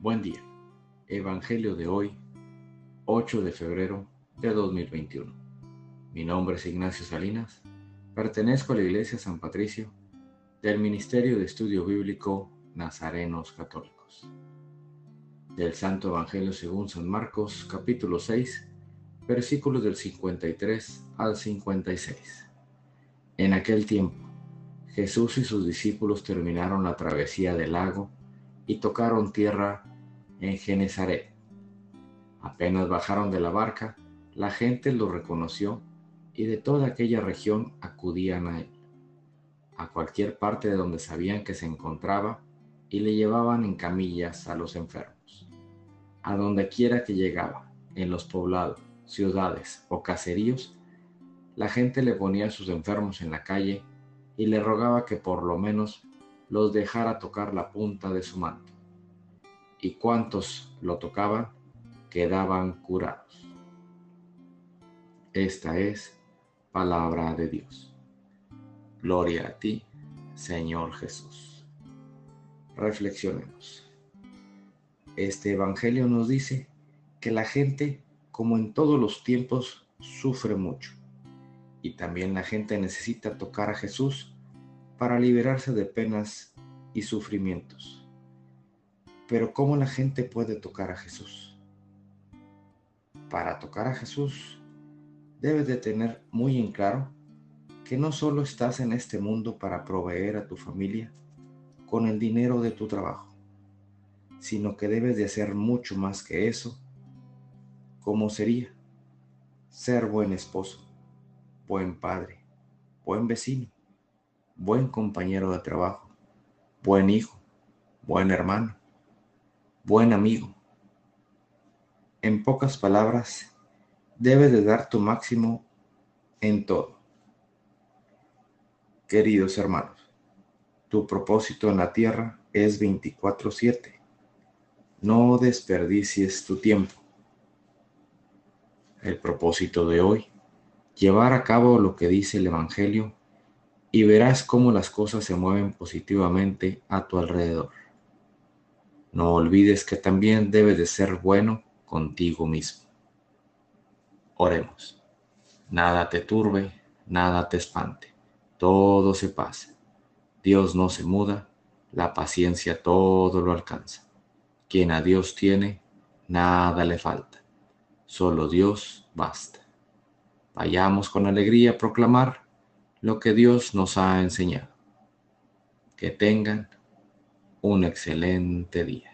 Buen día. Evangelio de hoy, 8 de febrero de 2021. Mi nombre es Ignacio Salinas. Pertenezco a la Iglesia San Patricio del Ministerio de Estudio Bíblico Nazarenos Católicos. Del Santo Evangelio según San Marcos, capítulo 6, versículos del 53 al 56. En aquel tiempo, Jesús y sus discípulos terminaron la travesía del lago y tocaron tierra en Genesaret. Apenas bajaron de la barca, la gente lo reconoció y de toda aquella región acudían a él, a cualquier parte de donde sabían que se encontraba, y le llevaban en camillas a los enfermos. A donde quiera que llegaba, en los poblados, ciudades o caseríos, la gente le ponía a sus enfermos en la calle y le rogaba que por lo menos los dejara tocar la punta de su manto. Y cuantos lo tocaban, quedaban curados. Esta es palabra de Dios. Gloria a ti, Señor Jesús. Reflexionemos. Este evangelio nos dice que la gente, como en todos los tiempos, sufre mucho. Y también la gente necesita tocar a Jesús para liberarse de penas y sufrimientos. Pero ¿cómo la gente puede tocar a Jesús? Para tocar a Jesús, debes de tener muy en claro que no solo estás en este mundo para proveer a tu familia con el dinero de tu trabajo, sino que debes de hacer mucho más que eso, como sería ser buen esposo, buen padre, buen vecino, buen compañero de trabajo, buen hijo, buen hermano, buen amigo. En pocas palabras, debes de dar tu máximo en todo. Queridos hermanos, tu propósito en la tierra es 24/7. No desperdicies tu tiempo. El propósito de hoy, llevar a cabo lo que dice el Evangelio, y verás cómo las cosas se mueven positivamente a tu alrededor. No olvides que también debes de ser bueno contigo mismo. Oremos. Nada te turbe, nada te espante. Todo se pasa. Dios no se muda, la paciencia todo lo alcanza. Quien a Dios tiene, nada le falta. Solo Dios basta. Vayamos con alegría a proclamar lo que Dios nos ha enseñado. Que tengan un excelente día.